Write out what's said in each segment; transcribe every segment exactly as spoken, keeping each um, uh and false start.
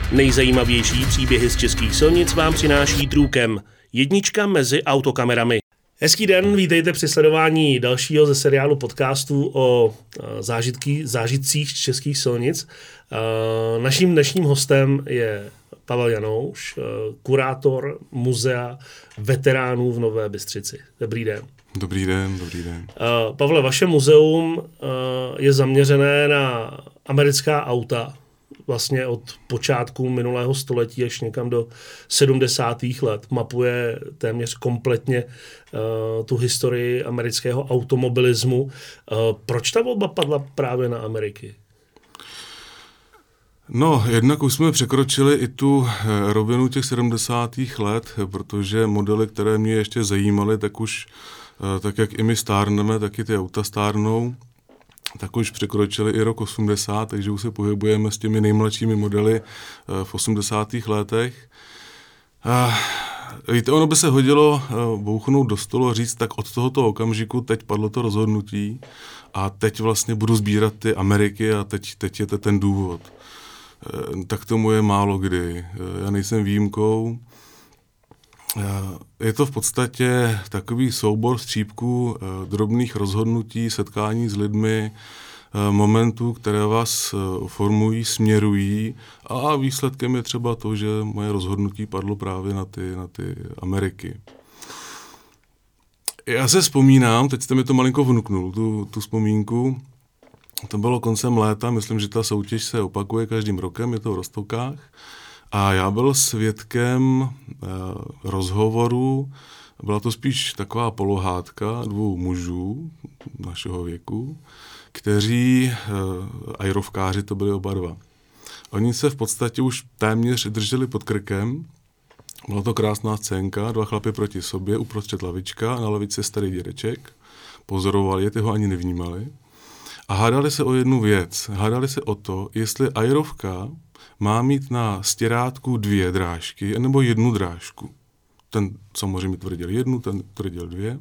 Nejzajímavější příběhy z českých silnic vám přináší Trůkem. Jednička mezi autokamerami. Hezký den, vítejte při sledování dalšího ze seriálu podcastů o zážitky, zážitcích českých silnic. Naším dnešním hostem je Pavel Janouš, kurátor muzea veteránů v Nové Bystřici. Dobrý den. Dobrý den, dobrý den. Pavle, vaše muzeum je zaměřené na americká auta, vlastně od počátku minulého století až někam do sedmdesátých let. Mapuje téměř kompletně uh, tu historii amerického automobilismu. Uh, proč ta volba padla právě na Ameriky? No, jednak už jsme překročili i tu rovinu těch sedmdesátých let, protože modely, které mě ještě zajímaly, tak už, uh, tak jak i my stárneme, tak i ty auta stárnou, tak už překročili i rok osmdesát, takže už se pohybujeme s těmi nejmladšími modely v osmdesátých letech. Víte, ono by se hodilo bouchnout do stolu a říct, tak od tohoto okamžiku teď padlo to rozhodnutí a teď vlastně budu sbírat ty Ameriky a teď, teď je to ten důvod. Tak tomu je málo kdy. Já nejsem výjimkou. Je to v podstatě takový soubor střípků drobných rozhodnutí, setkání s lidmi, momentů, které vás formují, směrují a výsledkem je třeba to, že moje rozhodnutí padlo právě na ty, na ty Ameriky. Já se vzpomínám, teď jste mi to malinko vnuknul, tu, tu vzpomínku, to bylo koncem léta, myslím, že ta soutěž se opakuje každým rokem, je to v Roztokách. A já byl svědkem eh, rozhovoru, byla to spíš taková polohádka dvou mužů našeho věku, kteří, eh, aerovkáři to byli oba dva. Oni se v podstatě už téměř drželi pod krkem, byla to krásná scénka, dva chlapy proti sobě, uprostřed lavička, a na lavici starý dědeček, pozorovali je, ty ho ani nevnímali. A hádali se o jednu věc, hádali se o to, jestli aerovka má mít na stěrátku dvě drážky, nebo jednu drážku. Ten samozřejmě tvrdil jednu, ten tvrdil dvě.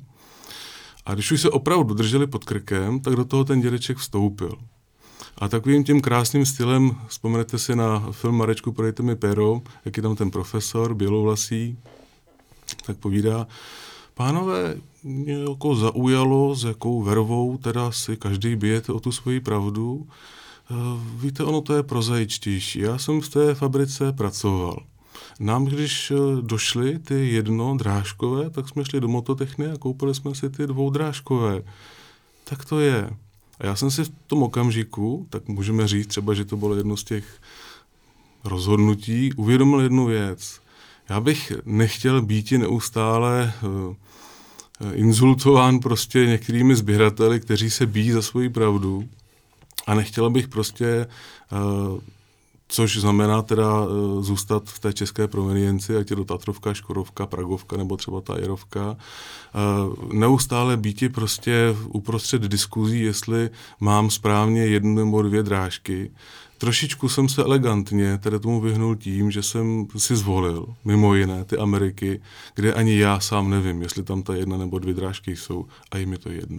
A když už se opravdu drželi pod krkem, tak do toho ten dědeček vstoupil. A takovým tím krásným stylem, vzpomenete si na film Marečku, prodejte mi péro, jak je tam ten profesor, bělovlasý, tak povídá, pánové, mě jako zaujalo, s jakou vervou teda si každý bijete o tu svoji pravdu. Víte, ono to je prozaičtější. Já jsem v té fabrice pracoval. Nám, když došly ty jednodrážkové, tak jsme šli do Mototechny a koupili jsme si ty dvoudrážkové. Tak to je. A já jsem si v tom okamžiku, tak můžeme říct třeba, že to bylo jedno z těch rozhodnutí, uvědomil jednu věc. Já bych nechtěl býti neustále uh, insultován prostě některými sběrateli, kteří se bíjí za svoji pravdu. A nechtěl bych prostě, uh, což znamená teda uh, zůstat v té české provenienci, ať je to Tatrovka, Škodovka, Pragovka nebo třeba ta Aerovka, uh, neustále býti prostě uprostřed diskuzí, jestli mám správně jednu nebo dvě drážky. Trošičku jsem se elegantně tedy tomu vyhnul tím, že jsem si zvolil, mimo jiné, ty Ameriky, kde ani já sám nevím, jestli tam ta jedna nebo dvě drážky jsou a jim je to jedno.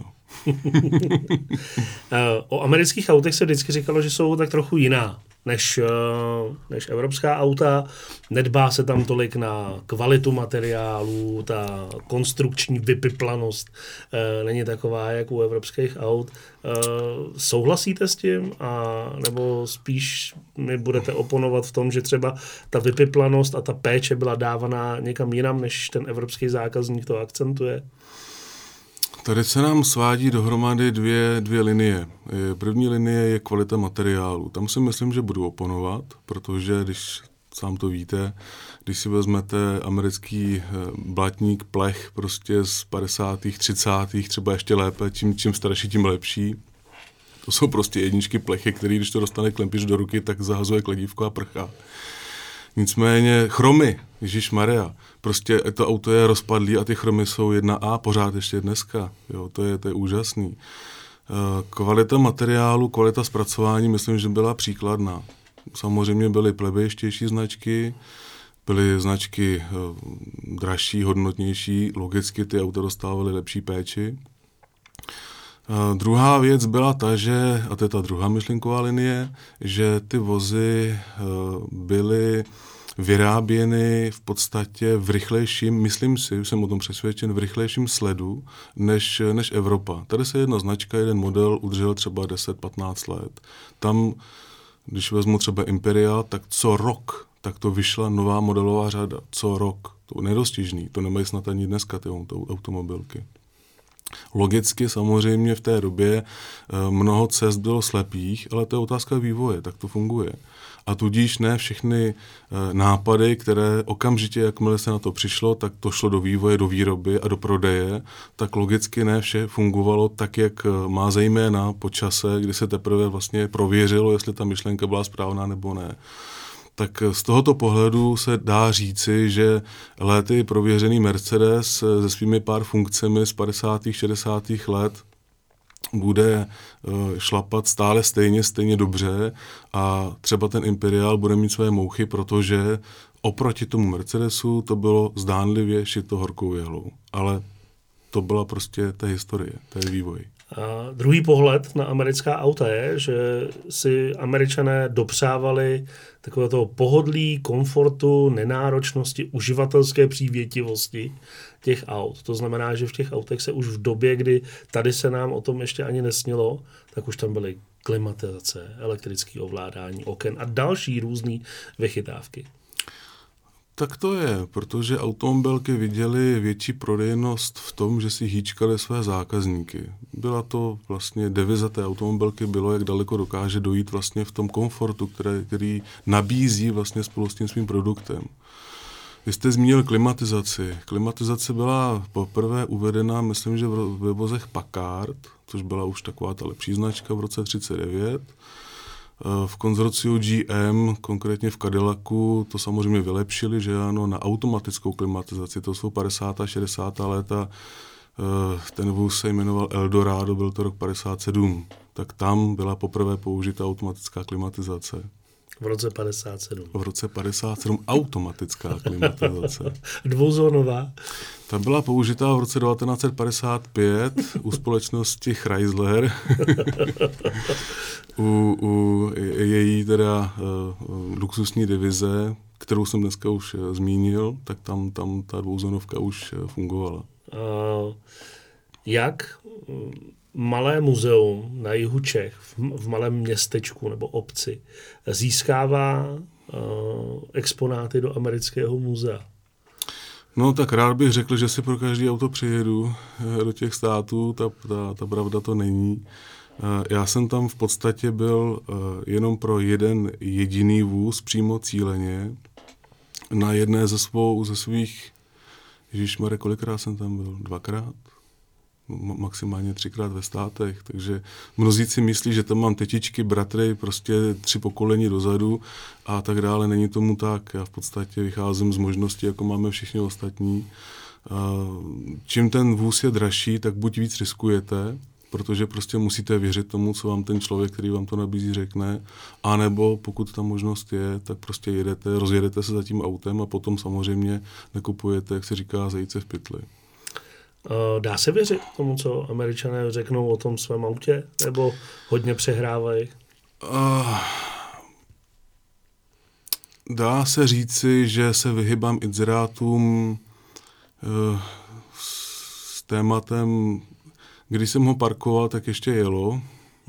O amerických autech se vždycky říkalo, že jsou tak trochu jiná než, než evropská auta. Nedbá se tam tolik na kvalitu materiálů, ta konstrukční vypiplanost není taková, jak u evropských aut. Souhlasíte s tím? A nebo spíš mi budete oponovat v tom, že třeba ta vypiplanost a ta péče byla dávaná někam jinam, než ten evropský zákazník to akcentuje? Tady se nám svádí dohromady dvě, dvě linie. První linie je kvalita materiálu. Tam si myslím, že budu oponovat, protože když sám to víte, když si vezmete americký blatník, plech prostě z padesátých, třicátých, třeba ještě lépe, čím, čím starší, tím lepší. To jsou prostě jedničky plechy, který když to dostane klempič do ruky, tak zahazuje kladívko a prchá. Nicméně chromy, ježišmarja, prostě to auto je rozpadlý a ty chromy jsou jedna A pořád ještě dneska. Jo, to je, to je úžasný. Kvalita materiálu, kvalita zpracování, myslím, že byla příkladná. Samozřejmě byly plebejštější značky, byly značky dražší, hodnotnější, logicky ty auta dostávaly lepší péči. Uh, druhá věc byla ta, že, a to je ta druhá myšlenková linie, že ty vozy uh, byly vyráběny v podstatě v rychlejším, myslím si, už jsem o tom přesvědčen, v rychlejším sledu než, než Evropa. Tady se jedna značka, jeden model udržel třeba deset patnáct let. Tam, když vezmu třeba Imperial, tak co rok, tak to vyšla nová modelová řada. Co rok. To je nedostižný. To nemají snad ani dneska ty automobilky. Logicky samozřejmě v té době mnoho cest bylo slepých, ale to je otázka vývoje, tak to funguje. A tudíž ne všechny nápady, které okamžitě, jakmile se na to přišlo, tak to šlo do vývoje, do výroby a do prodeje, tak logicky ne vše fungovalo tak, jak má, zejména po čase, kdy se teprve vlastně prověřilo, jestli ta myšlenka byla správná nebo ne. Tak z tohoto pohledu se dá říci, že léty prověřený Mercedes se svými pár funkcemi z padesátých šedesátých let bude šlapat stále stejně, stejně dobře a třeba ten Imperial bude mít své mouchy, protože oproti tomu Mercedesu to bylo zdánlivě šito horkou jehlou. Ale to byla prostě ta historie, to je vývoj. A druhý pohled na americká auta je, že si Američané dopřávali takové toho pohodlí, komfortu, nenáročnosti, uživatelské přívětivosti těch aut. To znamená, že v těch autech se už v době, kdy tady se nám o tom ještě ani nesnilo, tak už tam byly klimatizace, elektrické ovládání oken a další různé vychytávky. Tak to je, protože automobilky viděly větší prodejnost v tom, že si hýčkali své zákazníky. Byla to vlastně deviza té automobilky, bylo, jak daleko dokáže dojít vlastně v tom komfortu, které, který nabízí vlastně spolu s tím svým produktem. Vy jste zmínil klimatizaci. Klimatizace byla poprvé uvedena, myslím, že ve vozech Packard, což byla už taková ta lepší značka v roce třicet devět. V konzorciu G M, konkrétně v Cadillacu, to samozřejmě vylepšili, že ano, na automatickou klimatizaci, to jsou padesátá šedesátá léta, ten vůz se jmenoval Eldorado, byl to rok padesát sedm, tak tam byla poprvé použita automatická klimatizace. V roce padesát sedm. V roce padesát sedm automatická klimatizace. Dvouzónová. Ta byla použitá v roce devatenáct set padesát pět u společnosti Chrysler. u, u její teda uh, luxusní divize, kterou jsem dneska už uh, zmínil, tak tam, tam ta dvouzónovka už uh, fungovala. Uh, jak malé muzeum na jihu Čech, v, v malém městečku nebo obci, získává uh, exponáty do amerického muzea? No tak rád bych řekl, že si pro každý auto přijedu do těch států, ta, ta, ta pravda to není. Já jsem tam v podstatě byl jenom pro jeden jediný vůz přímo cíleně. Na jedné ze, svou, ze svých, ježišmarja, kolikrát jsem tam byl? Dvakrát? Maximálně třikrát ve státech, takže mnozí si myslí, že tam mám tetičky, bratry, prostě tři pokolení dozadu a tak dále. Není tomu tak. Já v podstatě vycházím z možností, jako máme všichni ostatní. Čím ten vůz je dražší, tak buď víc riskujete, protože prostě musíte věřit tomu, co vám ten člověk, který vám to nabízí, řekne, anebo pokud ta možnost je, tak prostě jedete, rozjedete se za tím autem a potom samozřejmě nekupujete, jak se říká, zajíce v pytli. Dá se věřit tomu, co Američané řeknou o tom svém autě? Nebo hodně přehrávají? Uh, dá se říci, že se vyhybám inzerátům uh, s tématem, když jsem ho parkoval, tak ještě jelo.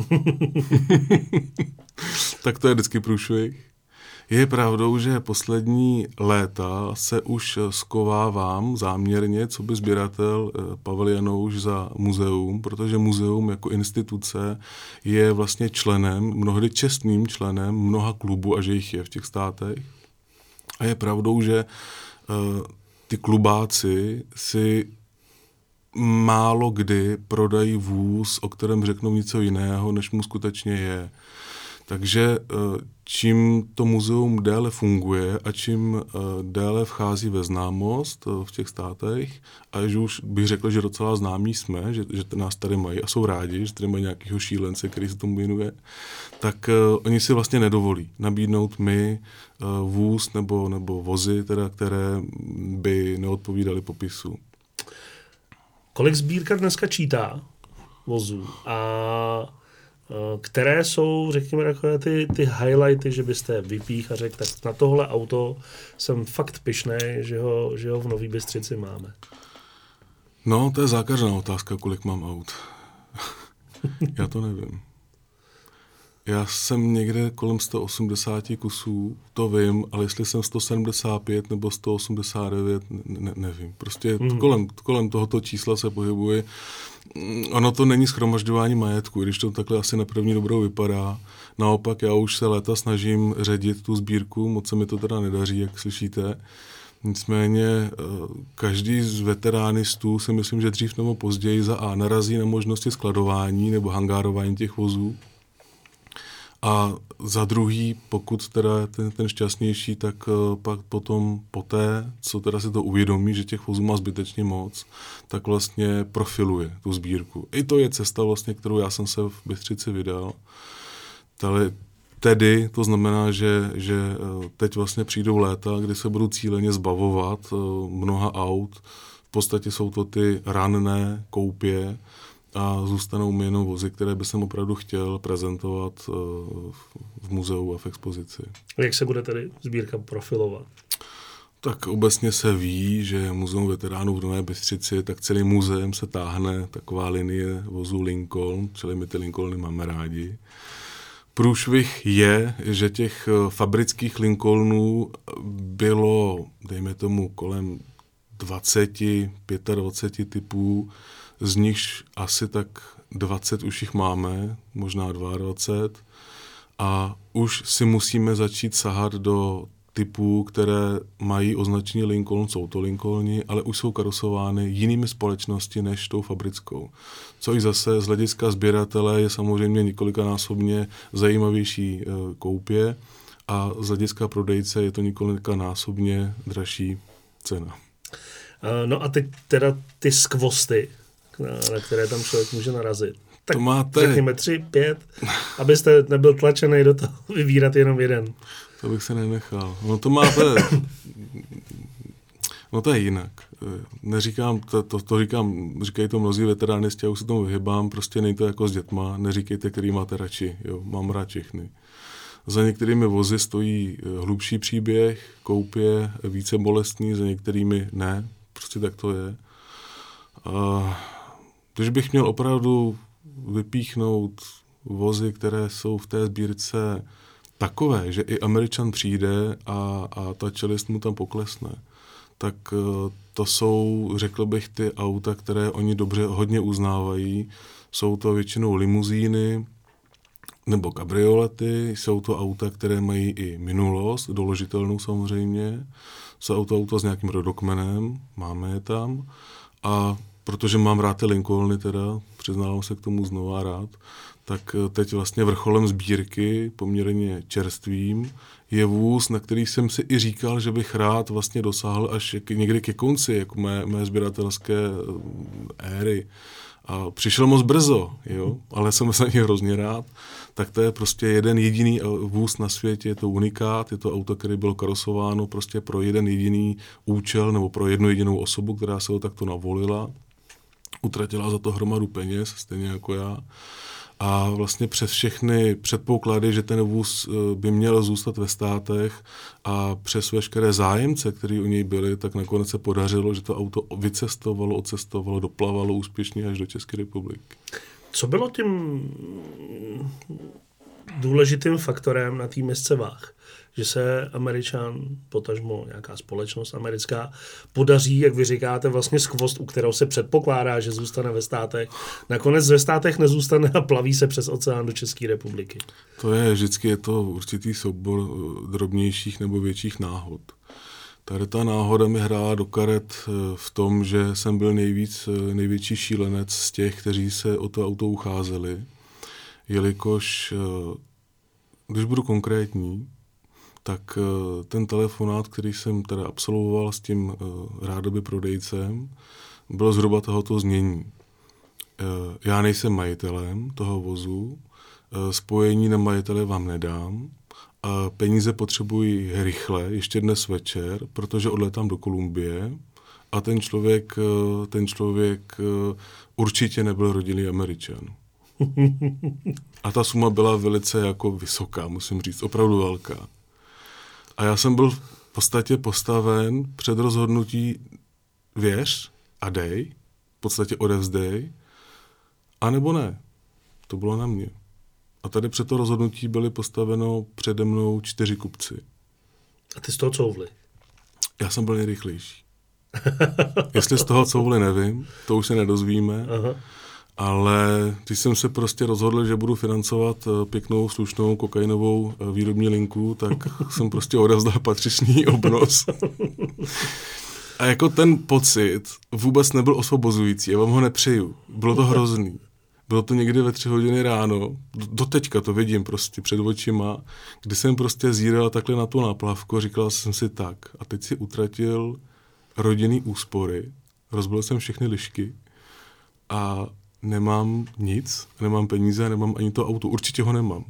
Tak to je vždycky průšvih. Je pravdou, že poslední léta se už skovávám záměrně, co by sběratel Pavel Janouš za muzeum, protože muzeum jako instituce je vlastně členem, mnohdy čestným členem mnoha klubů, a že jich je v těch státech. A je pravdou, že uh, ty klubáci si málo kdy prodají vůz, o kterém řeknou něco jiného, než mu skutečně je. Takže čím to muzeum déle funguje a čím déle vchází ve známost v těch státech, a že už bych řekl, že docela známí jsme, že, že nás tady mají a jsou rádi, že tady mají nějakého šílence, který se tomu věnuje, tak oni si vlastně nedovolí nabídnout mi vůz nebo, nebo vozy, teda, které by neodpovídaly popisu. Kolik sbírka dneska čítá? vozů. A které jsou, řekněme, takové ty, ty highlighty, že byste vypích a řekl, tak na tohle auto jsem fakt pyšnej, že ho, že ho v Nový Bystřici máme. No, to je zákařná otázka, kolik mám aut. Já to nevím. Já jsem někde kolem sto osmdesát kusů, to vím, ale jestli jsem sto sedmdesát pět nebo sto osmdesát devět, ne, nevím. Prostě mm. kolem, kolem tohoto čísla se pohybuji. Ono to není shromažďování majetku, když to takhle asi na první dobrou vypadá. Naopak já už se léta snažím ředit tu sbírku, moc se mi to teda nedaří, jak slyšíte. Nicméně každý z veteránistů si myslím, že dřív nebo později za A narazí na možnosti skladování nebo hangárování těch vozů. A za druhý, pokud teda ten, ten šťastnější, tak uh, pak potom poté, co teda si to uvědomí, že těch vozů má zbytečně moc, tak vlastně profiluje tu sbírku. I to je cesta vlastně, kterou já jsem se v Bystřici vydal. Tale, tedy to znamená, že, že teď vlastně přijdou léta, kdy se budu cíleně zbavovat uh, mnoha aut. V podstatě jsou to ty ranné koupě, a zůstanou mi jenom vozy, které bych jsem opravdu chtěl prezentovat uh, v muzeu a v expozici. Jak se bude tedy sbírka profilovat? Tak obecně se ví, že Muzeum veteránů v Nové Bystřici, tak celý muzeum se táhne taková linie vozů Lincoln, čili my ty Lincolny máme rádi. Průšvih je, že těch fabrických Lincolnů bylo, dejme tomu, kolem dvacet, dvacet pět typů, z nichž asi tak dvacet už jich máme, možná dvacet dva. A už si musíme začít sahat do typů, které mají označení Lincoln, jsou to Lincolni, ale už jsou karosovány jinými společnosti než tou fabrickou. Což zase z hlediska sběratele je samozřejmě několikanásobně zajímavější koupě a z hlediska prodejce je to několikanásobně dražší cena. No a teď teda ty skvosty, na které tam člověk může narazit. Tak to máte... řekněme tři, pět, abyste nebyl tlačený do toho vybírat jenom jeden. To bych se nenechal. No to máte... no to je jinak. Neříkám, to, to, to říkám, říkají to mnozí veteránisti, já už se tomu vyhybám, prostě není to jako s dětma, neříkejte, který máte radši, jo, mám rád všechny. Za některými vozy stojí hlubší příběh, koupě, více bolestný, za některými ne, prostě tak to je. A když bych měl opravdu vypíchnout vozy, které jsou v té sbírce takové, že i Američan přijde a, a ta čelist mu tam poklesne, tak to jsou, řekl bych, ty auta, které oni dobře hodně uznávají. Jsou to většinou limuzíny nebo kabriolety, jsou to auta, které mají i minulost, doložitelnou samozřejmě. Jsou to auta s nějakým rodokmenem, máme je tam. A protože mám rád ty Lincolny teda, přiznávám se k tomu znova rád, tak teď vlastně vrcholem sbírky, poměrně čerstvým, je vůz, na který jsem si i říkal, že bych rád vlastně dosáhl až někdy ke konci, jako mé, mé sběratelské éry. A přišel moc brzo, jo, ale jsem za něj hrozně rád. Tak to je prostě jeden jediný vůz na světě, je to unikát, je to auto, které bylo karosováno prostě pro jeden jediný účel nebo pro jednu jedinou osobu, která se ho takto navolila. Utratila za to hromadu peněz, stejně jako já. A vlastně přes všechny předpoklady, že ten vůz by měl zůstat ve státech a přes veškeré zájemce, který u něj byli, tak nakonec se podařilo, že to auto vycestovalo, odcestovalo, doplavalo úspěšně až do České republiky. Co bylo tím důležitým faktorem na té misce vah? Že se Američan, potažmo nějaká společnost americká, podaří, jak vy říkáte, vlastně skvost, u kterého se předpokládá, že zůstane ve státech. Nakonec ve státech nezůstane a plaví se přes oceán do České republiky. To je, vždycky je to určitý soubor drobnějších nebo větších náhod. Tady ta náhoda mi hrála do karet v tom, že jsem byl nejvíc, největší šílenec z těch, kteří se o to auto ucházeli, jelikož, když budu konkrétní, tak ten telefonát, který jsem teda absolvoval s tím rádoby prodejcem, byl zhruba tohoto znění. Já nejsem majitelem toho vozu, spojení na majitele vám nedám, a peníze potřebuji rychle, ještě dnes večer, protože odletám do Kolumbie a ten člověk, ten člověk určitě nebyl rodilý Američan. A ta suma byla velice jako vysoká, musím říct, opravdu velká. A já jsem byl v podstatě postaven před rozhodnutí věř a dej, v podstatě odevzdej, anebo ne. To bylo na mě. A tady před to rozhodnutí byly postaveno přede mnou čtyři kupci. A ty z toho couvli? Já jsem byl nejrychlejší. Jestli z toho couvli, nevím, to už se nedozvíme, aha. Ale když jsem se prostě rozhodl, že budu financovat pěknou, slušnou kokainovou výrobní linku, tak jsem prostě odevzdal patřičný obnos. A jako ten pocit vůbec nebyl osvobozující, já vám ho nepřeju. Bylo to hrozný. Bylo to někdy ve tři hodiny ráno, do teďka to vidím prostě před očima, kdy jsem prostě zíral takhle na tu náplavku a říkal jsem si tak. A teď si utratil rodinný úspory, rozbil jsem všechny lišky a nemám nic, nemám peníze, nemám ani to auto. Určitě ho nemám.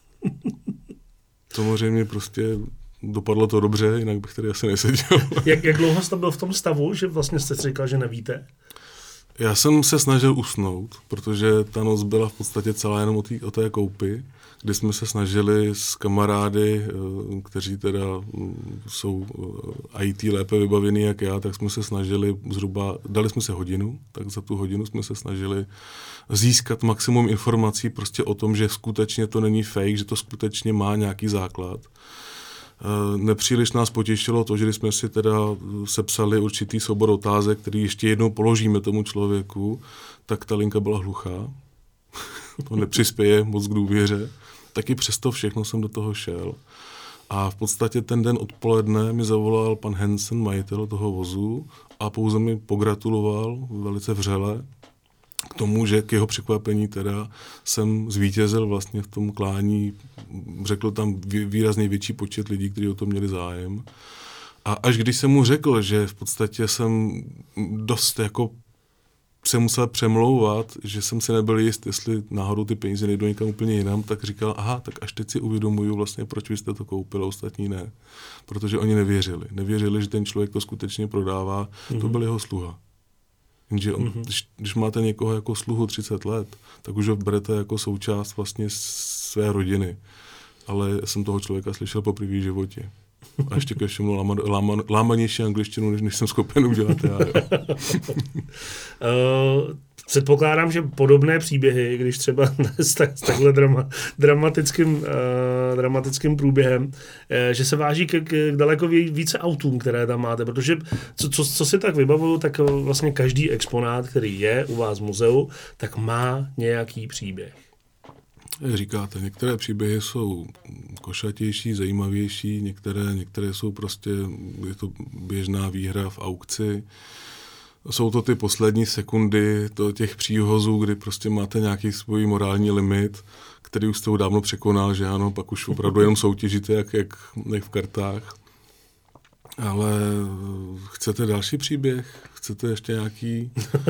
Samozřejmě prostě dopadlo to dobře, jinak bych tady asi neseděl. jak, jak dlouho jste byl v tom stavu, že vlastně jste si říkal, že nevíte? Já jsem se snažil usnout, protože ta noc byla v podstatě celá jenom o, tý, o té koupi, kdy jsme se snažili s kamarády, kteří teda jsou í té lépe vybavený jak já, tak jsme se snažili zhruba, dali jsme se hodinu, tak za tu hodinu jsme se snažili získat maximum informací prostě o tom, že skutečně to není fake, že to skutečně má nějaký základ. Nepříliš nás potěšilo to, že když jsme si teda sepsali určitý soubor otázek, který ještě jednou položíme tomu člověku, tak ta linka byla hluchá. To nepřispěje moc k důvěře. Taky přesto všechno jsem do toho šel. A v podstatě ten den odpoledne mi zavolal pan Hansen, majitel toho vozu, a pouze mi pogratuloval velice vřele k tomu, že k jeho překvapení teda jsem zvítězil vlastně v tom klání, řekl tam výrazně větší počet lidí, kteří o to měli zájem. A až když jsem mu řekl, že v podstatě jsem dost jako se musel přemlouvat, že jsem si nebyl jist, jestli náhodou ty peníze nejdou někam úplně jinam, tak říkal, aha, tak až teď si uvědomuju vlastně, proč vy jste to koupili, ostatní ne. Protože oni nevěřili. Nevěřili, že ten člověk to skutečně prodává. Mm-hmm. To byl jeho sluha. Jenže on, mm-hmm. když, když máte někoho jako sluhu třicet let, tak už ho berete jako součást vlastně své rodiny. Ale jsem toho člověka slyšel poprvé v životě. A ještě ke všemu láma, láma, lámanější angličtinu, než, než jsem schopen udělat já. uh, předpokládám, že podobné příběhy, když třeba s, tak, s takhle drama, dramatickým, uh, dramatickým průběhem, uh, že se váží k, k daleko více autům, které tam máte, protože co, co, co si tak vybavuju, tak vlastně každý exponát, který je u vás v muzeu, tak má nějaký příběh. Jak říkáte, některé příběhy jsou košatější, zajímavější, některé, některé jsou prostě, je to běžná výhra v aukci. Jsou to ty poslední sekundy to těch příhozů, kdy prostě máte nějaký svůj morální limit, který už jste ho dávno překonal, že ano, pak už opravdu jenom soutěžíte, jak, jak, jak v kartách. Ale chcete další příběh? Chcete ještě nějaký?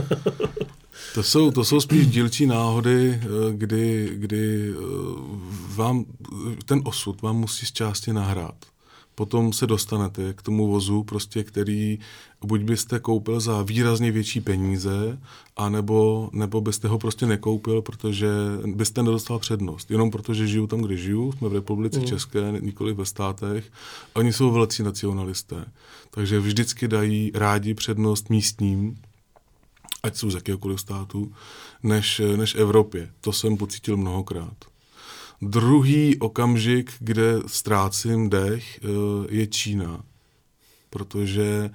To jsou, to jsou spíš dílčí náhody, kdy, kdy vám ten osud vám musí z části nahrát. Potom se dostanete k tomu vozu, prostě, který buď byste koupil za výrazně větší peníze, anebo, nebo byste ho prostě nekoupil, protože byste nedostal přednost. Jenom protože žiju tam, kde žiju, jsme v republice mm. České, nikoli ve státech. Oni jsou velcí nacionalisté, takže vždycky dají rádi přednost místním, ať jsou z jakéhokoliv státu, než, než Evropě. To jsem pocítil mnohokrát. Druhý okamžik, kde ztrácím dech, je Čína. Protože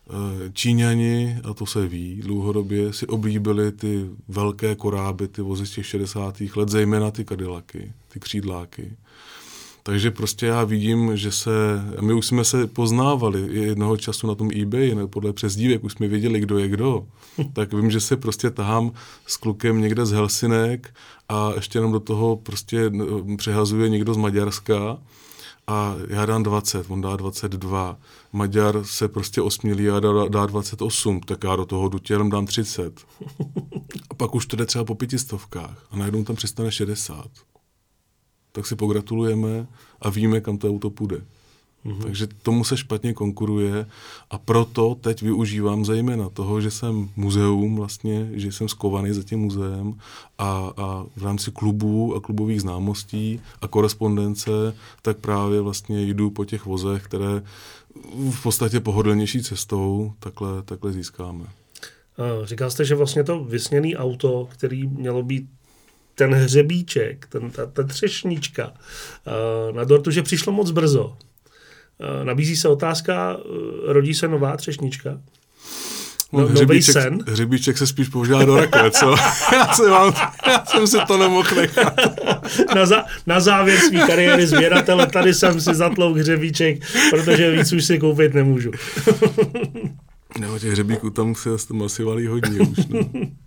Číňani, a to se ví, dlouhodobě si oblíbili ty velké koráby, ty vozy z těch šedesátých let, zejména ty Cadillacy, ty křídláky. Takže prostě já vidím, že se, my už jsme se poznávali jednoho času na tom eBay, ne, podle přezdívek, už jsme věděli, kdo je kdo. Tak vím, že se prostě tahám s klukem někde z Helsinek a ještě jenom do toho prostě přehazuje někdo z Maďarska a já dám dvacet, on dá dvacet dva. Maďar se prostě osmělí a dá, dá dvacet osm, tak já do toho dutě jenom dám třicet. A pak už to jde třeba po pětistovkách a najednou tam přistane šedesát. Tak si pogratulujeme a víme, kam to auto půjde. Mm-hmm. Takže tomu se špatně konkuruje a proto teď využívám zejména toho, že jsem muzeum vlastně, že jsem skovaný za tím muzeem a, a v rámci klubů a klubových známostí a korespondence, tak právě vlastně jdu po těch vozech, které v podstatě pohodlnější cestou takhle, takhle získáme. Říkal jste, že vlastně to vysněné auto, který mělo být ten hřebíček, ten, ta, ta třešnička na dortu, že přišlo moc brzo. Nabízí se otázka, rodí se nová třešnička? No, no, hřebíček, hřebíček se spíš používá do rakve, co? já, jsem vám, já jsem si to nemohl nechat. na, za, na závěr svý kariéry sběratele, tady jsem si zatlouk hřebíček, protože víc už si koupit nemůžu. No, těch hřebíků tam se tam asi valí hodně už. No,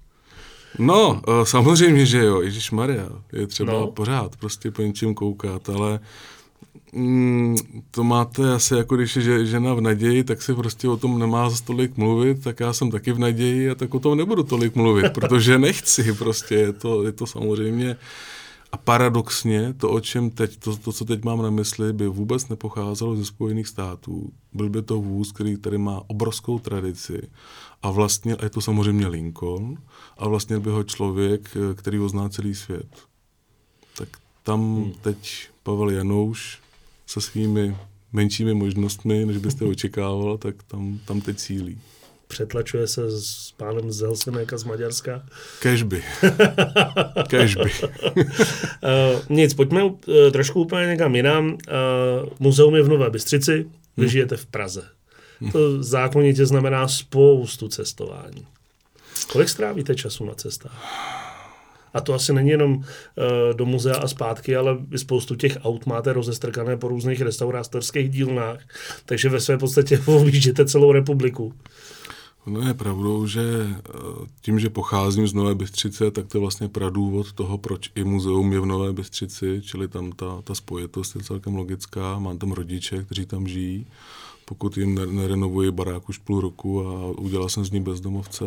no samozřejmě, že jo, ježišmarja, je třeba no. pořád prostě po něčem koukat, ale Mm, to máte asi jako když je žena v naději, tak si prostě o tom nemá za tolik mluvit, tak já jsem taky v naději a tak o tom nebudu tolik mluvit, protože nechci prostě, je to, je to samozřejmě a paradoxně to, o čem teď, to, to, co teď mám na mysli, by vůbec nepocházelo ze Spojených států. Byl by to vůz, který tady má obrovskou tradici a vlastně, a je to samozřejmě Lincoln, a vlastně by ho člověk, který ho zná celý svět. Tak tam hmm. teď Pavel Janouš se svými menšími možnostmi, než byste očekával, tak tam, tam teď cílí. Přetlačuje se s pánem z Helsinek a z Maďarska? Kežby. Kežby. uh, nic, pojďme uh, trošku úplně někam jinam. Uh, muzeum je v Nové Bystřici, vy hmm. žijete v Praze. Hmm. To zákonitě znamená spoustu cestování. Kolik strávíte času na cestách? A to asi není jenom uh, do muzea a zpátky, ale vy spoustu těch aut máte rozestrkané po různých restaurátorských dílnách, takže ve své podstatě objížděte celou republiku. No je pravdou, že tím, že pocházím z Nové Bystřice, tak to je vlastně pradůvod toho, proč i muzeum je v Nové Bystřici, čili tam ta, ta spojitost je celkem logická. Mám tam rodiče, kteří tam žijí, pokud jim nerenovuji barák už půl roku a udělal jsem z ní bezdomovce.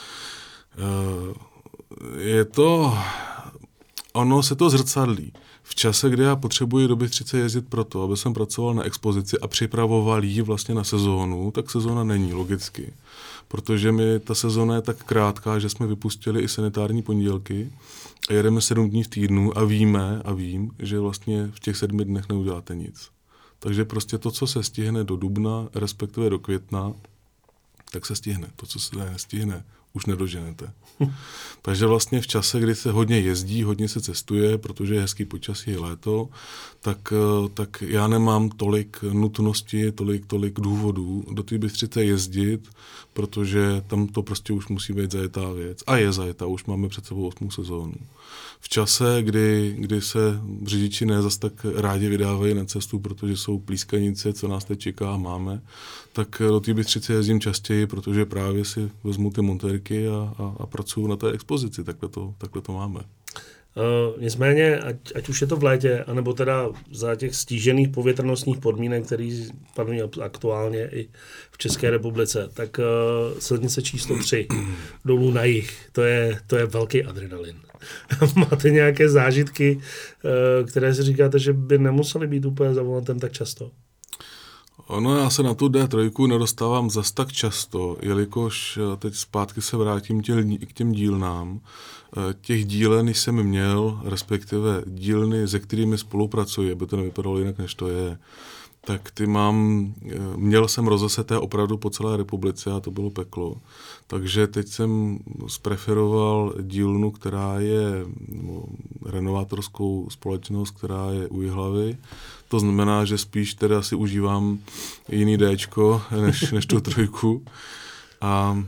Uh, Je to, ono se to zrcadlí. V čase, kdy já potřebuji do Bystřice jezdit proto, aby jsem pracoval na expozici a připravoval ji vlastně na sezónu, tak sezóna není logicky. Protože mi ta sezóna je tak krátká, že jsme vypustili i sanitární pondělky a jedeme sedm dní v týdnu a víme a vím, že vlastně v těch sedmi dnech neuděláte nic. Takže prostě to, co se stihne do dubna, respektive do května, tak se stihne. To, co se nestihne, už nedoženete. Takže vlastně v čase, kdy se hodně jezdí, hodně se cestuje, protože je hezký počasí, je léto, tak, tak já nemám tolik nutnosti, tolik, tolik důvodů do té Bystřice jezdit, protože tam to prostě už musí být zajetá věc. A je zajetá, už máme před sebou osmou sezónu. V čase, kdy, kdy se řidiči ne zas tak rádi vydávají na cestu, protože jsou plískanice, co nás teď čeká a máme, tak do té Bystřice jezdím častěji, protože právě si vezmu ty montérky a, a, a pracuji na té expozici. Takhle to, takhle to máme. Uh, nicméně, ať, ať už je to v létě, anebo teda za těch stížených povětrnostních podmínek, které panují aktuálně i v České republice, tak uh, silnice číslo tři dolů na jih, to je, to je velký adrenalin. Máte nějaké zážitky, uh, které si říkáte, že by nemusely být úplně za volantem tak často? Ono, já se na tu D tři nedostávám zas tak často, jelikož teď zpátky se vrátím těl, k těm dílnám. Těch dílen jsem měl, respektive dílny, se kterými spolupracuji, aby to nevypadalo jinak, než to je, tak ty mám, měl jsem rozeseté opravdu po celé republice a to bylo peklo. Takže teď jsem zpreferoval dílnu, která je no, renovátorskou společnost, která je u Jihlavy. To znamená, že spíš teda si užívám jiný Dčko než, než tu trojku. A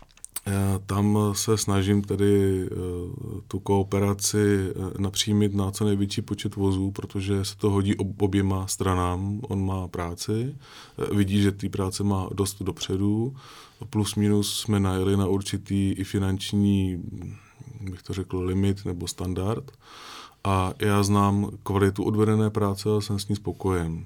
tam se snažím tedy tu kooperaci napřímit na co největší počet vozů, protože se to hodí oběma stranám. On má práci, vidí, že té práce má dost dopředu, plus minus jsme najeli na určitý i finanční, bych to řekl, limit nebo standard. A já znám kvalitu odvedené práce a jsem s ní spokojen.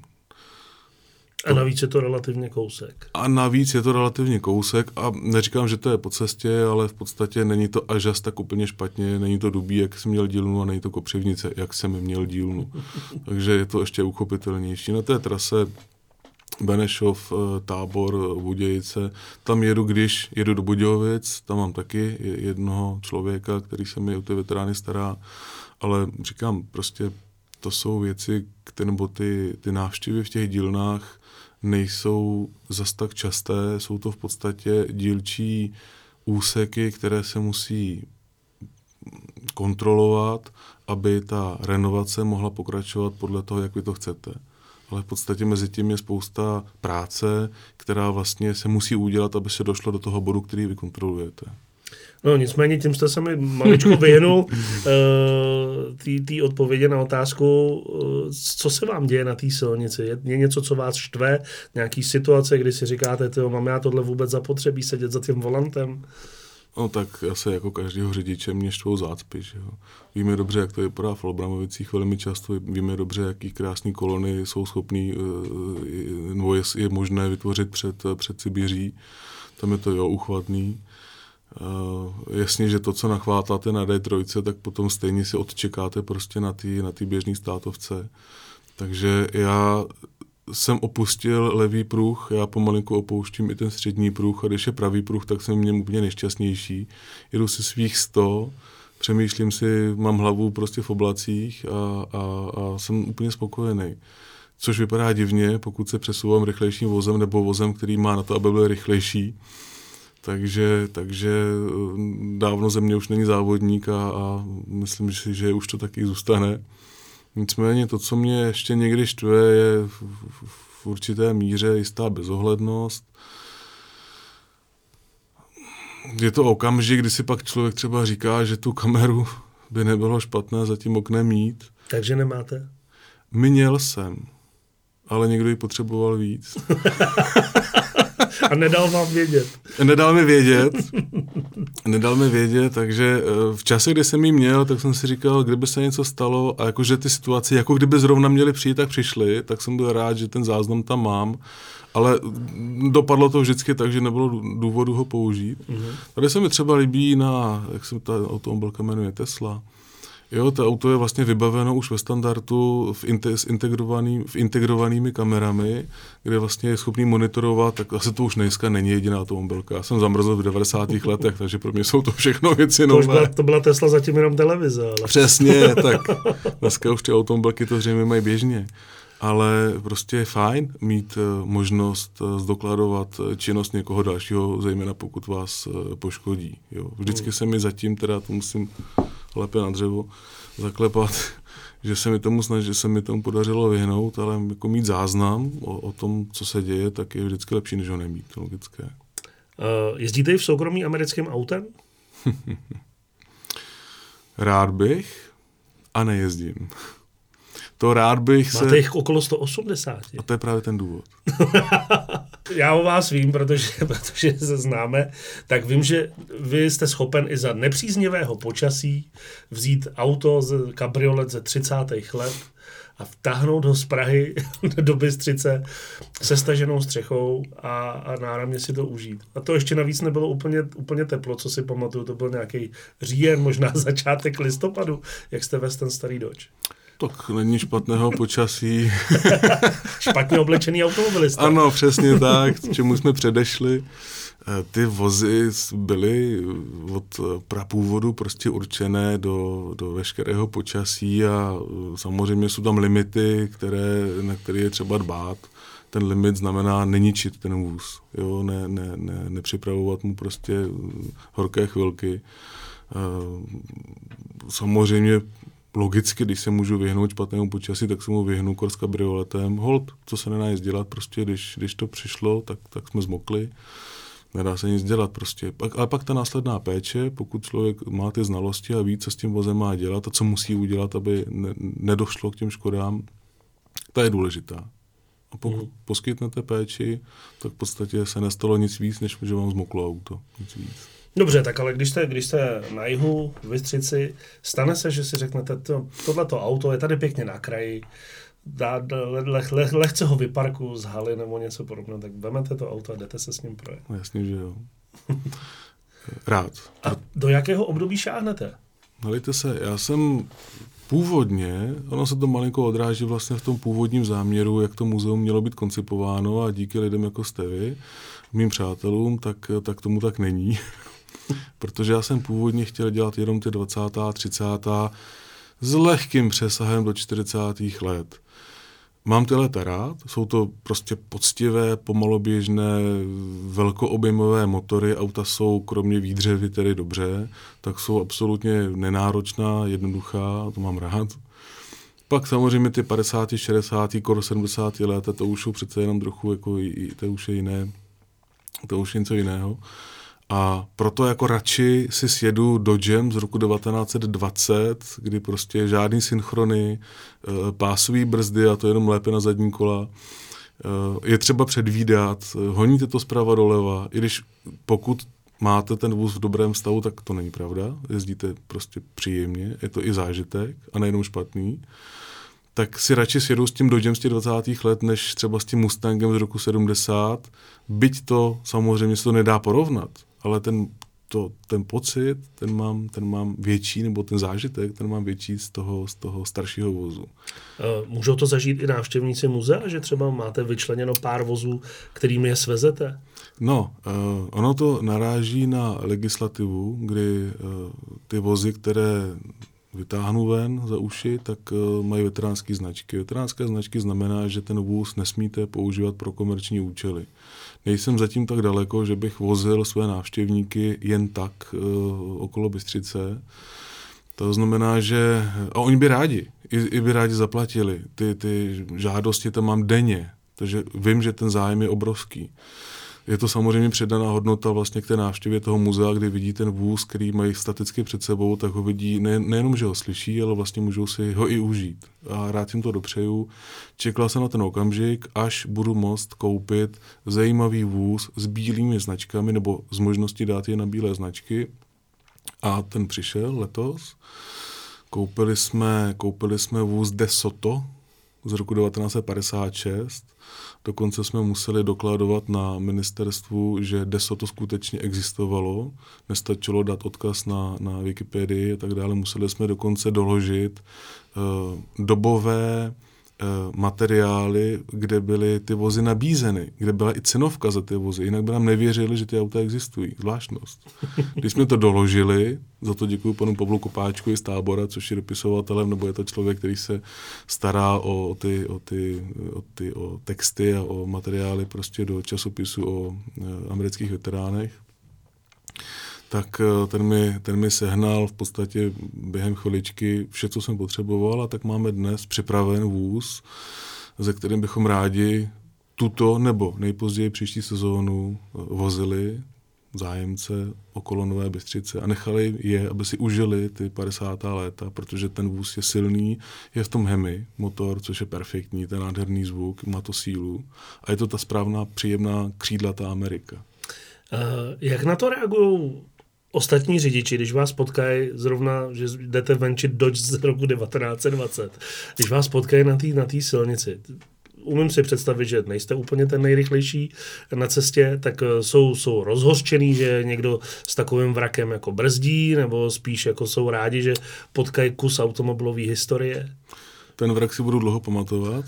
A navíc je to relativně kousek. A navíc je to relativně kousek a neříkám, že to je po cestě, ale v podstatě není to až jas tak úplně špatně, není to Dubí, jak jsem měl dílnu a není to Kopřivnice, jak jsem měl dílnu. Takže je to ještě uchopitelnější. Na té trase Benešov, Tábor, Budějice. Tam jedu, když jedu do Budějovic, tam mám taky jednoho člověka, který se mi o ty veterány stará, ale říkám, prostě to jsou věci, které, nebo ty, ty návštěvy v těch dílnách nejsou zas tak časté, jsou to v podstatě dílčí úseky, které se musí kontrolovat, aby ta renovace mohla pokračovat podle toho, jak vy to chcete. Ale v podstatě mezi tím je spousta práce, která vlastně se musí udělat, aby se došlo do toho bodu, který vy kontrolujete. No nicméně tím jste se mi maličko vyhnul té odpovědi na otázku, uh, co se vám děje na té silnici. Je, je něco, co vás štve, nějaký situace, kdy si říkáte, tyjo, mám já tohle vůbec zapotřebí sedět za tím volantem? No tak asi jako každého řidiče mě štvou zácpy. Že jo. Víme dobře, jak to vypadá v Olbramovicích, velmi často víme dobře, jaký krásný kolony jsou schopný, nebo je, je možné vytvořit před, před Sibiří. Tam je to jo uchvatný. Uh, jasně, že to, co nachvátáte na D tři, tak potom stejně si odčekáte prostě na té na běžné státovce. Takže já jsem opustil levý pruh, já pomalinku opouštím i ten střední pruh a když je pravý pruh, tak jsem v něm úplně nejšťastnější. Jedu si svých sto, přemýšlím si, mám hlavu prostě v oblacích a, a, a jsem úplně spokojený. Což vypadá divně, pokud se přesouvám rychlejším vozem nebo vozem, který má na to, aby byl rychlejší. Takže, takže dávno ze mě už není závodník a, a myslím si, že už to taky zůstane. Nicméně to, co mě ještě někdy štve, je v, v, v určité míře jistá bezohlednost. Je to okamžik, kdy si pak člověk třeba říká, že tu kameru by nebylo špatné za tím oknem mít. Takže nemáte? Měl jsem, ale někdo ji potřeboval víc. A nedal vám vědět. Nedal mi vědět. Nedal mi vědět, takže v čase, kdy jsem ji měl, tak jsem si říkal, kdyby se něco stalo a jakože ty situace, jako kdyby zrovna měly přijít, tak přišly, tak jsem byl rád, že ten záznam tam mám, ale dopadlo to vždycky tak, že nebylo důvodu ho použít. Mm-hmm. Tady se mi třeba líbí na, jak se ta automobilka jmenuje, Tesla. Jo, to auto je vlastně vybaveno už ve standardu v inte, s integrovaný, v integrovanými kamerami, kde vlastně je schopný monitorovat, tak asi to už dneska není jediná automobilka. Já jsem zamrzl v devadesátých letech, takže pro mě jsou to všechno věci nové. To, byla, to byla Tesla zatím jenom televize. Ale... Přesně, tak dneska už ty automobilky to zřejmě mají běžně. Ale prostě je fajn mít uh, možnost uh, zdokladovat činnost někoho dalšího, zejména pokud vás uh, poškodí. Jo. Vždycky hmm. se mi zatím, teda to musím lépe na dřevo zaklepat, že se mi tomu snaží, že se mi tomu podařilo vyhnout, ale jako mít záznam o, o tom, co se děje, tak je vždycky lepší, než ho nemít, to logické. Uh, jezdíte i v soukromí americkým autem? Rád bych a nejezdím. To rád bych Máte se... jich okolo sto osmdesát. A to je právě ten důvod. Já o vás vím, protože, protože se známe, tak vím, že vy jste schopen i za nepříznivého počasí vzít auto, z kabriolet ze třicátých let a vtáhnout ho z Prahy do Bystřice se staženou střechou a, a náramně si to užít. A to ještě navíc nebylo úplně, úplně teplo, co si pamatuju, to byl nějaký říjen, možná začátek listopadu, jak jste vez ten starý Dodge. Tak není špatného počasí. Špatně oblečený automobilista. Ano, přesně tak, čemu jsme předešli. Ty vozy byly od prapůvodu prostě určené do, do veškerého počasí a samozřejmě jsou tam limity, které, na které je třeba dbát. Ten limit znamená neničit ten vůz, jo? Ne, ne, ne, nepřipravovat mu prostě horké chvilky. Samozřejmě logicky, když se můžu vyhnout špatnému počasí, tak se mu vyhnu kor s kabrioletem. Hold, co se nedá nic dělat, prostě když, když to přišlo, tak, tak jsme zmokli. Nedá se nic dělat prostě. Ale pak ta následná péče, pokud člověk má ty znalosti a ví, co s tím vozem má dělat a co musí udělat, aby ne, nedošlo k těm škodám, ta je důležitá. A pokud mm. poskytnete péči, tak v podstatě se nestalo nic víc, než že vám zmoklo auto. Nic víc. Dobře, tak ale když jste, když jste na jihu, v Bystřici, stane se, že si řeknete, to, tohleto auto je tady pěkně na kraji, dá, le, le, le, lehce ho vyparku z haly nebo něco podobného, tak vemete to auto a jdete se s ním projet. Jasně, že jo. Rád. A do jakého období šáhnete? Helejte se, já jsem původně, ono se to malinko odráží vlastně v tom původním záměru, jak to muzeum mělo být koncipováno a díky lidem jako jste vy, mým přátelům, tak, tak tomu tak není. Protože já jsem původně chtěl dělat jenom ty dvacátá, třicátá s lehkým přesahem do čtyřicátých let. Mám ty léta rád, jsou to prostě poctivé, pomaloběžné, velkoobjemové motory, auta jsou kromě výdřevy tedy dobře, tak jsou absolutně nenáročná, jednoduchá, to mám rád. Pak samozřejmě ty padesátá, šedesátá, skoro sedmdesátá léta, to už jsou přece jenom trochu, jako, to už je jiné, to už je něco jiného. A proto jako radši si sjedu Dodgem z roku devatenáct set dvacet, kdy prostě žádný synchrony, pásový brzdy a to jenom lépe na zadní kola. Je třeba předvídat, honíte to zprava doleva, i když pokud máte ten vůz v dobrém stavu, tak to není pravda, jezdíte prostě příjemně, je to i zážitek a nejenom špatný. Tak si radši sjedu s tím Dodgem z těch dvacátých let, než třeba s tím Mustangem z roku sedmdesát, byť to samozřejmě se to nedá porovnat, ale ten, to, ten pocit, ten mám, ten mám větší, nebo ten zážitek, ten mám větší z toho, z toho staršího vozu. Můžou to zažít i návštěvníci muzea, že třeba máte vyčleněno pár vozů, kterými je svezete? No, uh, ono to naráží na legislativu, kdy uh, ty vozy, které vytáhnu ven za uši, tak uh, mají veteránské značky. Veteránské značky znamená, že ten vůz nesmíte používat pro komerční účely. Nejsem zatím tak daleko, že bych vozil své návštěvníky jen tak uh, okolo Bystřice. To znamená, že a oni by rádi, i, i by rádi zaplatili. Ty, ty žádosti tam mám denně, takže vím, že ten zájem je obrovský. Je to samozřejmě předaná hodnota vlastně k té návštěvě toho muzea, kdy vidí ten vůz, který mají staticky před sebou, tak ho vidí, ne, nejenom, že ho slyší, ale vlastně můžou si ho i užít. A rád jim to dopřeju. Čekal jsem na ten okamžik, až budu moct koupit zajímavý vůz s bílými značkami, nebo s možností dát je na bílé značky. A ten přišel letos. Koupili jsme, koupili jsme vůz De Soto z roku devatenáct set padesát šest. Dokonce jsme museli dokladovat na ministerstvu, že De Soto skutečně existovalo. Nestačilo dát odkaz na, na Wikipedii a tak dále. Museli jsme dokonce doložit uh, dobové uh, materiály, kde byly ty vozy nabízeny, kde byla i cenovka za ty vozy. Jinak by nám nevěřili, že ty auta existují. Zvláštnost. Když jsme to doložili, za to děkuji panu Pavlu Kopáčkovi z Tábora, což je dopisovatelem, nebo je to člověk, který se stará o ty, o ty, o ty o texty a o materiály prostě do časopisu o amerických veteránech, tak ten mi, ten mi sehnal v podstatě během chviličky vše, co jsem potřeboval, a tak máme dnes připraven vůz, ze kterým bychom rádi tuto nebo nejpozději příští sezónu vozili zájemce okolo Nové Bystřice a nechali je, aby si užili ty padesátá léta, protože ten vůz je silný, je v tom Hemi motor, což je perfektní, ten nádherný zvuk, má to sílu a je to ta správná, příjemná křídlatá Amerika. Uh, jak na to reagují ostatní řidiči, když vás potkají zrovna, že jdete venčit Dodge z roku devatenáct set dvacet, když vás potkají na té na té silnici? Umím si představit, že nejste úplně ten nejrychlejší na cestě, tak jsou, jsou rozhořčený, že někdo s takovým vrakem jako brzdí, nebo spíš jako jsou rádi, že potkají kus automobilové historie? Ten vrak si budu dlouho pamatovat.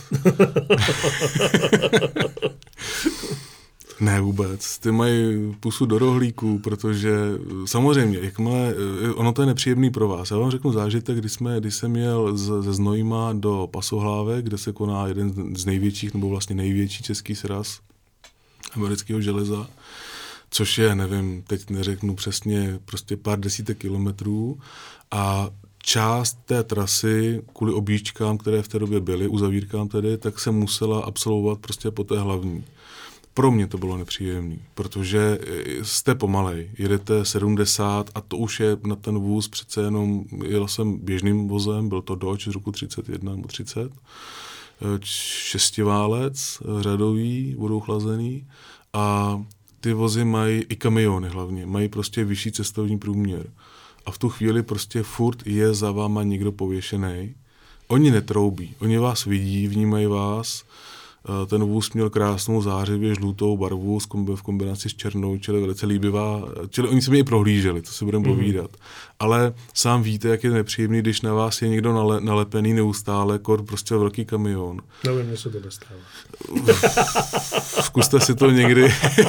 Ne vůbec, ty mají pusu do rohlíků, protože samozřejmě, jakmile, ono to je nepříjemný pro vás. Já vám řeknu zážitek, kdy, jsme, kdy jsem jel z, ze Znojma do Pasohlávek, kde se koná jeden z největších, nebo vlastně největší český sraz amerického železa, což je, nevím, teď neřeknu přesně, prostě pár desítek kilometrů a část té trasy kvůli objížďkám, které v té době byly, uzavírkám tedy, tak se musela absolvovat prostě po té hlavní. Pro mě to bylo nepříjemné, protože jste pomalej, jedete sedmdesát a to už je na ten vůz přece jenom, jel jsem běžným vozem, byl to Dodge z roku třicet jedna nebo třicet, šestiválec, řadový, vodou chlazený a ty vozy mají, i kamiony hlavně, mají prostě vyšší cestovní průměr. A v tu chvíli prostě furt je za váma někdo pověšený. Oni netroubí, oni vás vidí, vnímají vás, Ten vůz měl krásnou zářivě žlutou barvu v kombinaci s černou, čili velice líbivá. Čili oni se mě i prohlíželi, to si budeme mm-hmm. povídat. Ale sám víte, jak je nepříjemný, když na vás je někdo nale, nalepený neustále, kor prostě velký kamion. Nevím, mně se to nestává. Zkuste si to někdy.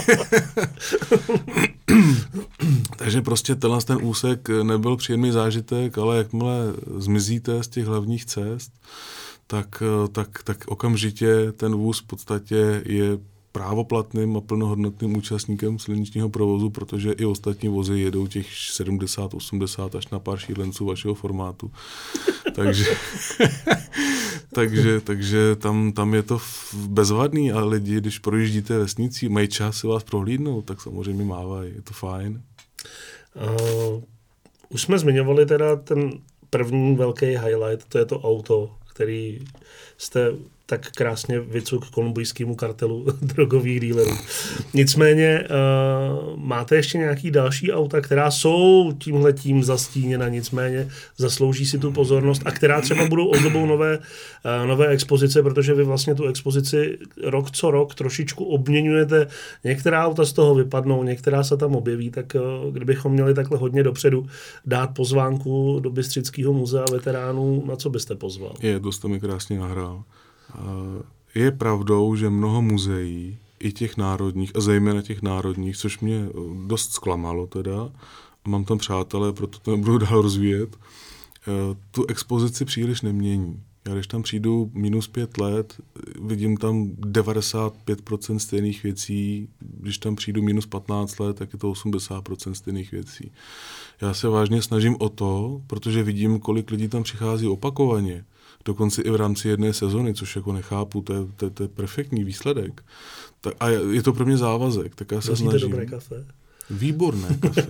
Takže prostě tenhle ten úsek nebyl příjemný zážitek, ale jakmile zmizíte z těch hlavních cest, tak, tak, tak okamžitě ten vůz v podstatě je právoplatným a plnohodnotným účastníkem silničního provozu, protože i ostatní vozy jedou těch sedmdesát, osmdesát až na pár šílenců vašeho formátu. takže takže, takže tam, tam je to bezvadný a lidi, když projíždíte vesnicí, mají čas si vás prohlídnout, tak samozřejmě mávají, je to fajn. Uh, už jsme zmiňovali teda ten první velký highlight, to je to auto, který jste tak krásně vycuk kolumbijskému kartelu drogových dealerů. Nicméně uh, máte ještě nějaký další auta, která jsou tímhletím zastíněna, nicméně zaslouží si tu pozornost a která třeba budou ozdobou nové, uh, nové expozice, protože vy vlastně tu expozici rok co rok trošičku obměňujete. Některá auta z toho vypadnou, některá se tam objeví, tak uh, kdybychom měli takhle hodně dopředu dát pozvánku do Bystřického muzea veteránů, na co byste pozval? Je, to jste mi krásně nahrál. Je pravdou, že mnoho muzeí, i těch národních, a zejména těch národních, což mě dost zklamalo teda, a mám tam přátelé, proto to nebudu dál rozvíjet, tu expozici příliš nemění. Já když tam přijdu minus pět let, vidím tam devadesát pět procent stejných věcí, když tam přijdu minus patnáct let, tak je to osmdesát procent stejných věcí. Já se vážně snažím o to, protože vidím, kolik lidí tam přichází opakovaně, dokonce i v rámci jedné sezony, což jako nechápu, to je, to, to je perfektní výsledek. Tak, a je to pro mě závazek, tak já se Nosíte snažím. dobré kafe? Výborné kafe.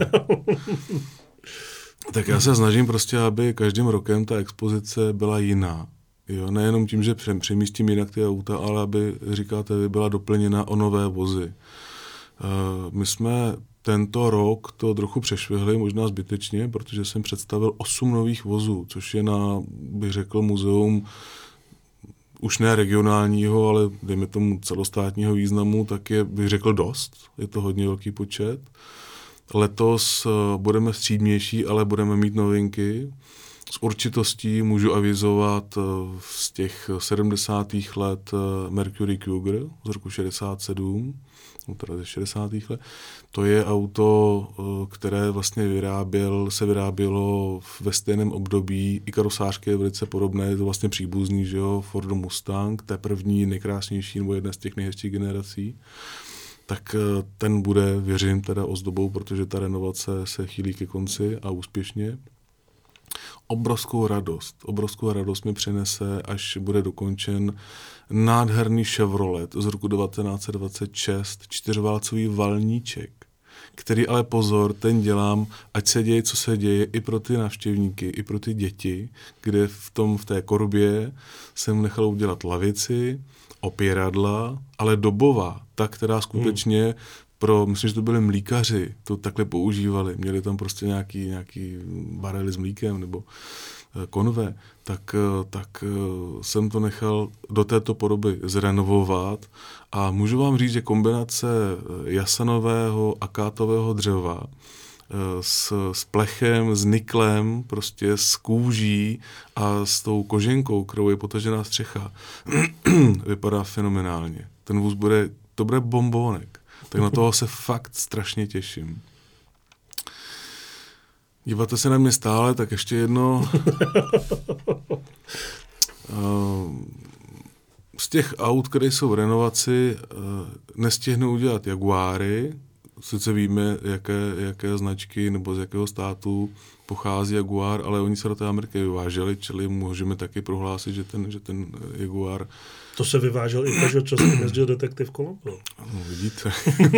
Tak já se snažím prostě, aby každým rokem ta expozice byla jiná. Jo, nejenom tím, že přemístím jinak ty auta, ale aby, říkáte vy, byla doplněna o nové vozy. Uh, my jsme tento rok to trochu přešvihli, možná zbytečně, protože jsem představil osm nových vozů, což je na, bych řekl, muzeum už ne regionálního, ale dejme tomu celostátního významu, tak je, bych řekl, dost. Je to hodně velký počet. Letos budeme střídnější, ale budeme mít novinky. S určitostí můžu avizovat z těch sedmdesátých let Mercury Cougar z roku šedesát sedm, teda ze šedesátých let. To je auto, které vlastně vyráběl, se vyrábělo ve stejném období, i karosářské je velice podobné, je to vlastně příbuzný, že jo, Ford Mustang, té první, nejkrásnější, nebo jedna z těch nejhezčích generací. Tak ten bude, věřím, teda ozdobou, protože ta renovace se chýlí ke konci a úspěšně. Obrovskou radost, obrovskou radost mi přinese, až bude dokončen nádherný Chevrolet z roku devatenáct set dvacet šest, čtyřválcový valníček, který ale pozor, ten dělám, ať se děje, co se děje, i pro ty návštěvníky, i pro ty děti, kde v tom, v té korbě jsem nechal udělat lavici, opěradla, ale dobová, ta, která skutečně hmm. pro, myslím, že to byli mlíkaři, to takhle používali, měli tam prostě nějaký, nějaký barely s mlíkem nebo konve, tak, tak jsem to nechal do této podoby zrenovovat a můžu vám říct, že kombinace jasanového akátového dřeva s, s plechem, s niklem, prostě s kůží a s tou koženkou, kterou je potažená střecha, vypadá fenomenálně. Ten vůz bude, to bude bombónek. Tak na toho se fakt strašně těším. Díváte se na mě stále, tak ještě jedno. Z těch aut, které jsou v renovaci, nestihnu udělat Jaguáry. Sice víme, jaké, jaké značky nebo z jakého státu pochází Jaguar, ale oni se do té Ameriky vyváželi, čili můžeme taky prohlásit, že ten, že ten Jaguar... To se vyvážel i to, že časem jezdil detektiv Colombo. No, vidíte.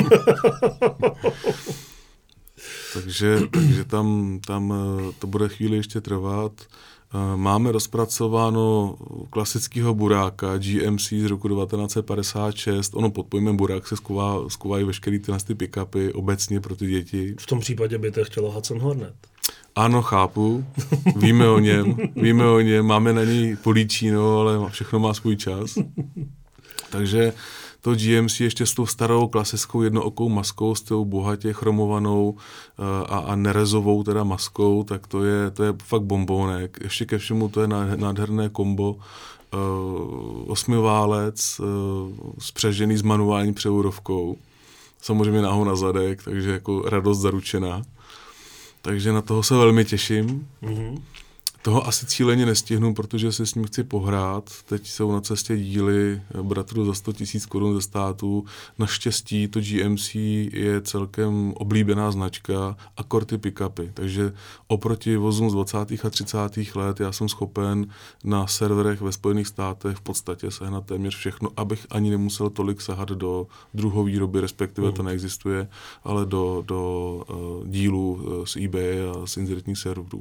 takže takže tam, tam to bude chvíli ještě trvat. Máme rozpracováno klasického buráka G M C z roku devatenáct set padesát šest. Ono pod pojmem burák se sková, skovají veškerý tyhle ty pick-upy obecně pro ty děti. V tom případě by to chtělo Hudson Hornet. Ano, chápu. Víme o něm. Víme o něm. Máme na něj políčíno, ale všechno má svůj čas. Takže to G M C ještě s tou starou klasickou jednookou maskou, s tou bohatě chromovanou a, a nerezovou teda maskou, tak to je, to je fakt bombónek. Ještě ke všemu to je nádherné kombo, uh, osmiválec, uh, spřežený s manuální převodovkou, samozřejmě náhou na zadek, takže jako radost zaručená. Takže na toho se velmi těším. Mm-hmm. Toho asi cíleně nestihnu, protože se s ním chci pohrát. Teď jsou na cestě díly bratru za sto tisíc korun ze státu. Naštěstí to G M C je celkem oblíbená značka a korty pick-upy. Takže oproti vozům z dvacátých a třicátých let já jsem schopen na serverech ve Spojených státech v podstatě sehnat téměř všechno, abych ani nemusel tolik sahat do druhovýroby, respektive to neexistuje, ale do, do uh, dílů z eBay a z inzertních serverů.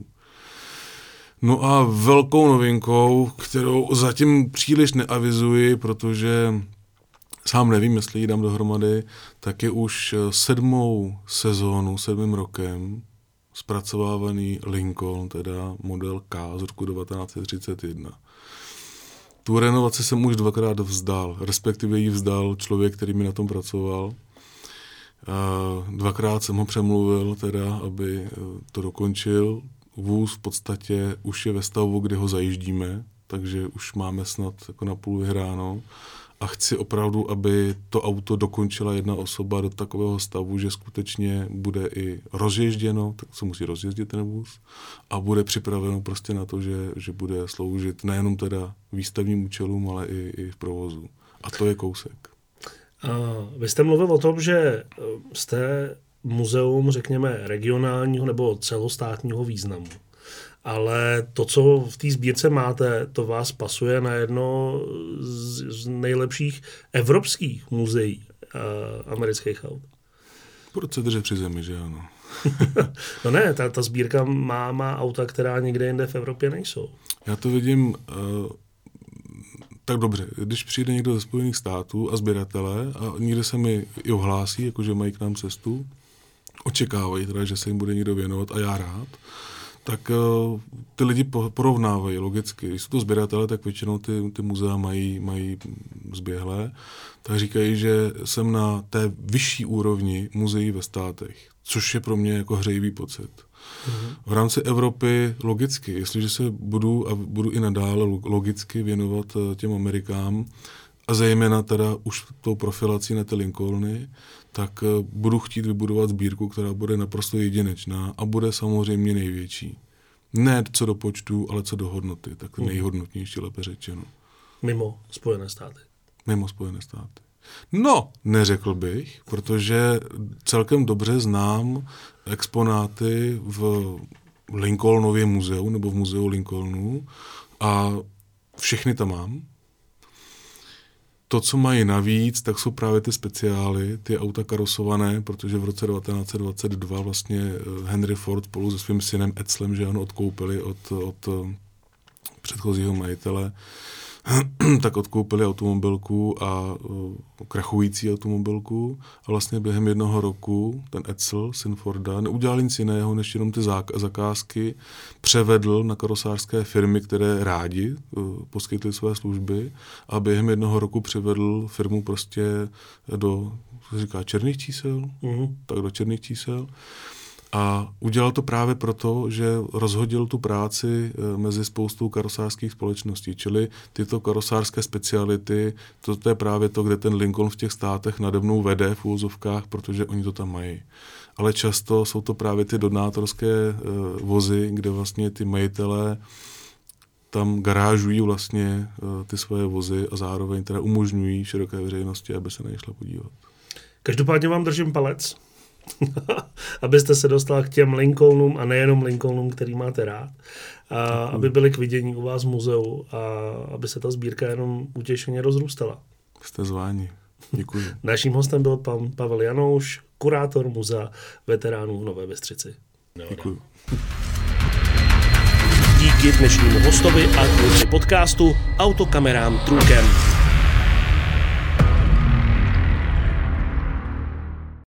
No a velkou novinkou, kterou zatím příliš neavizuji, protože sám nevím, jestli ji dám dohromady, tak je už sedmou sezónu, sedmým rokem zpracovávaný Lincoln, teda model K z roku devatenáct set třicet jedna. Tu renovaci jsem už dvakrát vzdal, respektive ji vzdal člověk, který mi na tom pracoval. Dvakrát jsem ho přemluvil, teda, aby to dokončil. Vůz v podstatě už je ve stavu, kde ho zajíždíme, takže už máme snad jako napůl vyhráno. A chci opravdu, aby to auto dokončila jedna osoba do takového stavu, že skutečně bude i rozježděno, tak se musí rozjezdit ten vůz, a bude připraveno prostě na to, že, že bude sloužit nejenom teda výstavním účelům, ale i, i v provozu. A to je kousek. A vy jste mluvil o tom, že jste muzeum, řekněme, regionálního nebo celostátního významu. Ale to, co v té sbírce máte, to vás pasuje na jedno z, z nejlepších evropských muzeí uh, amerických aut. Proč se držet při zemi, že ano? No ne, ta, ta sbírka má, má auta, která nikde jinde v Evropě nejsou. Já to vidím uh, tak dobře. Když přijde někdo ze Spojených států a sběratele a někde se mi i ohlásí, jakože mají k nám cestu, očekávají teda, že se jim bude někdo věnovat a já rád, tak uh, ty lidi porovnávají logicky. Když jsou to sběratele, tak většinou ty, ty muzea mají, mají zběhlé, tak říkají, že jsem na té vyšší úrovni muzeí ve státech, což je pro mě jako hřejivý pocit. Mm-hmm. V rámci Evropy logicky, jestliže se budu a budu i nadále logicky věnovat těm Amerikám, a zejména teda už tou profilací na ty Lincolny, tak budu chtít vybudovat sbírku, která bude naprosto jedinečná a bude samozřejmě největší. Ne co do počtu, ale co do hodnoty, tak nejhodnotnější, lépe řečeno. Mimo Spojené státy. Mimo Spojené státy. No, neřekl bych, protože celkem dobře znám exponáty v Lincolnově muzeu nebo v muzeu Lincolnu a všechny tam mám. To, co mají navíc, tak jsou právě ty speciály, ty auta karosované, protože v roce devatenáct set dvacet dva vlastně Henry Ford spolu se svým synem Etzlem, že ano, odkoupili od, od předchozího majitele, tak odkoupili automobilku a uh, krachující automobilku a vlastně během jednoho roku ten Edsel, syn Forda, neudělal nic jiného, než jenom ty zák- zakázky převedl na karosářské firmy, které rádi uh, poskytly své služby, a během jednoho roku přivedl firmu prostě do, co se říká, černých čísel, mm-hmm. tak do černých čísel. A udělal to právě proto, že rozhodil tu práci mezi spoustou karosářských společností, čili tyto karosářské speciality, to, to je právě to, kde ten Lincoln v těch státech nade mnou vede v úvozovkách, protože oni to tam mají. Ale často jsou to právě ty donátorské uh, vozy, kde vlastně ty majitelé tam garážují vlastně uh, ty svoje vozy a zároveň teda umožňují široké veřejnosti, aby se na ně šla podívat. Každopádně vám držím palec, abyste se dostal k těm Lincolnům a nejenom Lincolnům, který máte rád, a aby byly k vidění u vás v muzeu a aby se ta sbírka jenom utěšeně rozrůstala. Jste zváni. Děkuji. Naším hostem byl pan Pavel Janouš, kurátor muzea veteránů v Nové Bystřici. Děkuji. Díky dnešnímu hostovi a tvůrci podcastu Autokamerám Trůkem.